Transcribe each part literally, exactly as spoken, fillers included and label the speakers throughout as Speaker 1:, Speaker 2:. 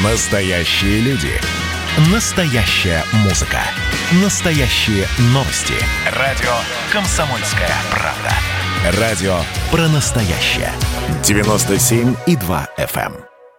Speaker 1: Настоящие люди. Настоящая музыка. Настоящие новости. Радио «Комсомольская правда». Радио про настоящее. девяносто семь и два эф эм.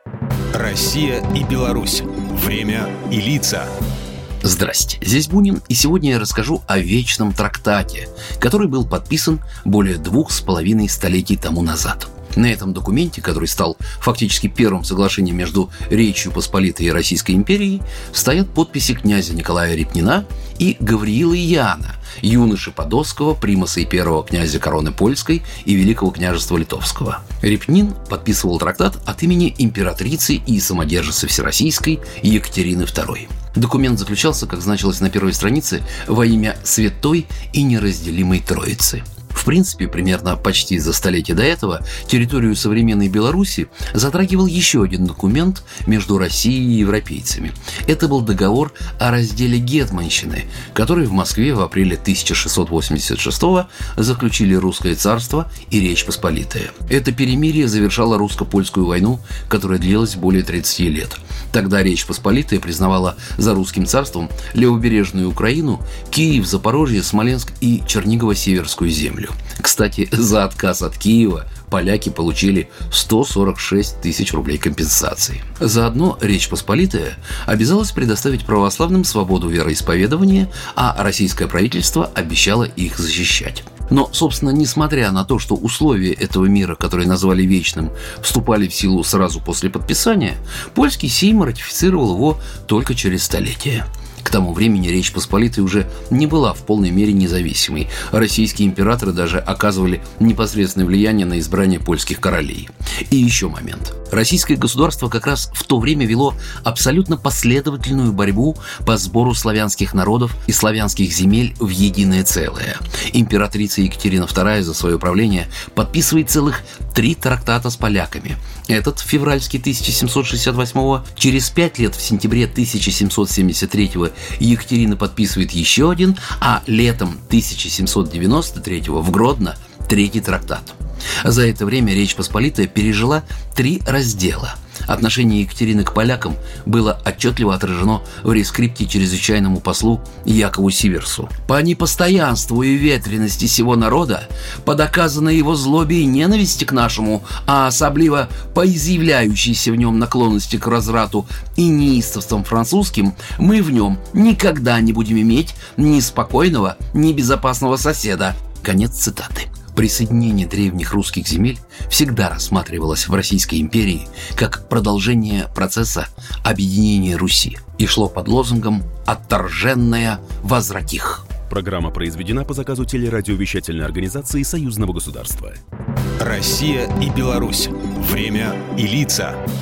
Speaker 2: Россия и Беларусь. Время и лица.
Speaker 3: Здрасте, здесь Бунин, и сегодня я расскажу о Вечном трактате, который был подписан более двух с половиной столетий тому назад. На этом документе, который стал фактически первым соглашением между Речью Посполитой и Российской империей, стоят подписи князя Николая Репнина и Гавриила Яна, юноши Подольского, примаса и первого князя короны Польской и Великого княжества Литовского. Репнин подписывал трактат от имени императрицы и самодержицы Всероссийской Екатерины второй. Документ заключался, как значилось на первой странице, во имя Святой и Неразделимой Троицы. В принципе, примерно почти за столетие до этого территорию современной Беларуси затрагивал еще один документ между Россией и европейцами. Это был договор о разделе гетманщины, который в Москве в апреле тысяча шестьсот восемьдесят шестого заключили Русское царство и Речь Посполитая. Это перемирие завершало русско-польскую войну, которая длилась более тридцати лет. Тогда Речь Посполитая признавала за Русским царством левобережную Украину, Киев, Запорожье, Смоленск и Чернигово-Северскую землю. Кстати, за отказ от Киева поляки получили сто сорок шесть тысяч рублей компенсации. Заодно Речь Посполитая обязалась предоставить православным свободу вероисповедания, а российское правительство обещало их защищать. Но, собственно, несмотря на то, что условия этого мира, которые назвали вечным, вступали в силу сразу после подписания, польский сейм ратифицировал его только через столетие. К тому времени Речь Посполитая уже не была в полной мере независимой. Российские императоры даже оказывали непосредственное влияние на избрание польских королей. И еще момент. Российское государство как раз в то время вело абсолютно последовательную борьбу по сбору славянских народов и славянских земель в единое целое. Императрица Екатерина вторая за свое правление подписывает целых три трактата с поляками. Этот, февральский тысяча семьсот шестьдесят восьмого, через пять лет, в сентябре тысяча семьсот семьдесят третьего, Екатерина подписывает еще один, а летом тысяча семьсот девяносто третьего в Гродно третий трактат. За это время Речь Посполитая пережила три раздела. Отношение Екатерины к полякам было отчетливо отражено в рескрипте чрезвычайному послу Якову Сиверсу. «По непостоянству и ветрености сего народа, по доказанной его злобе и ненависти к нашему, а особливо по изъявляющейся в нем наклонности к разврату и неистовствам французским, мы в нем никогда не будем иметь ни спокойного, ни безопасного соседа». Конец цитаты. Присоединение древних русских земель всегда рассматривалось в Российской империи как продолжение процесса объединения Руси и шло под лозунгом «Отторженная возвратих».
Speaker 2: Программа произведена по заказу телерадиовещательной организации Союзного государства. Россия и Беларусь. Время и лица.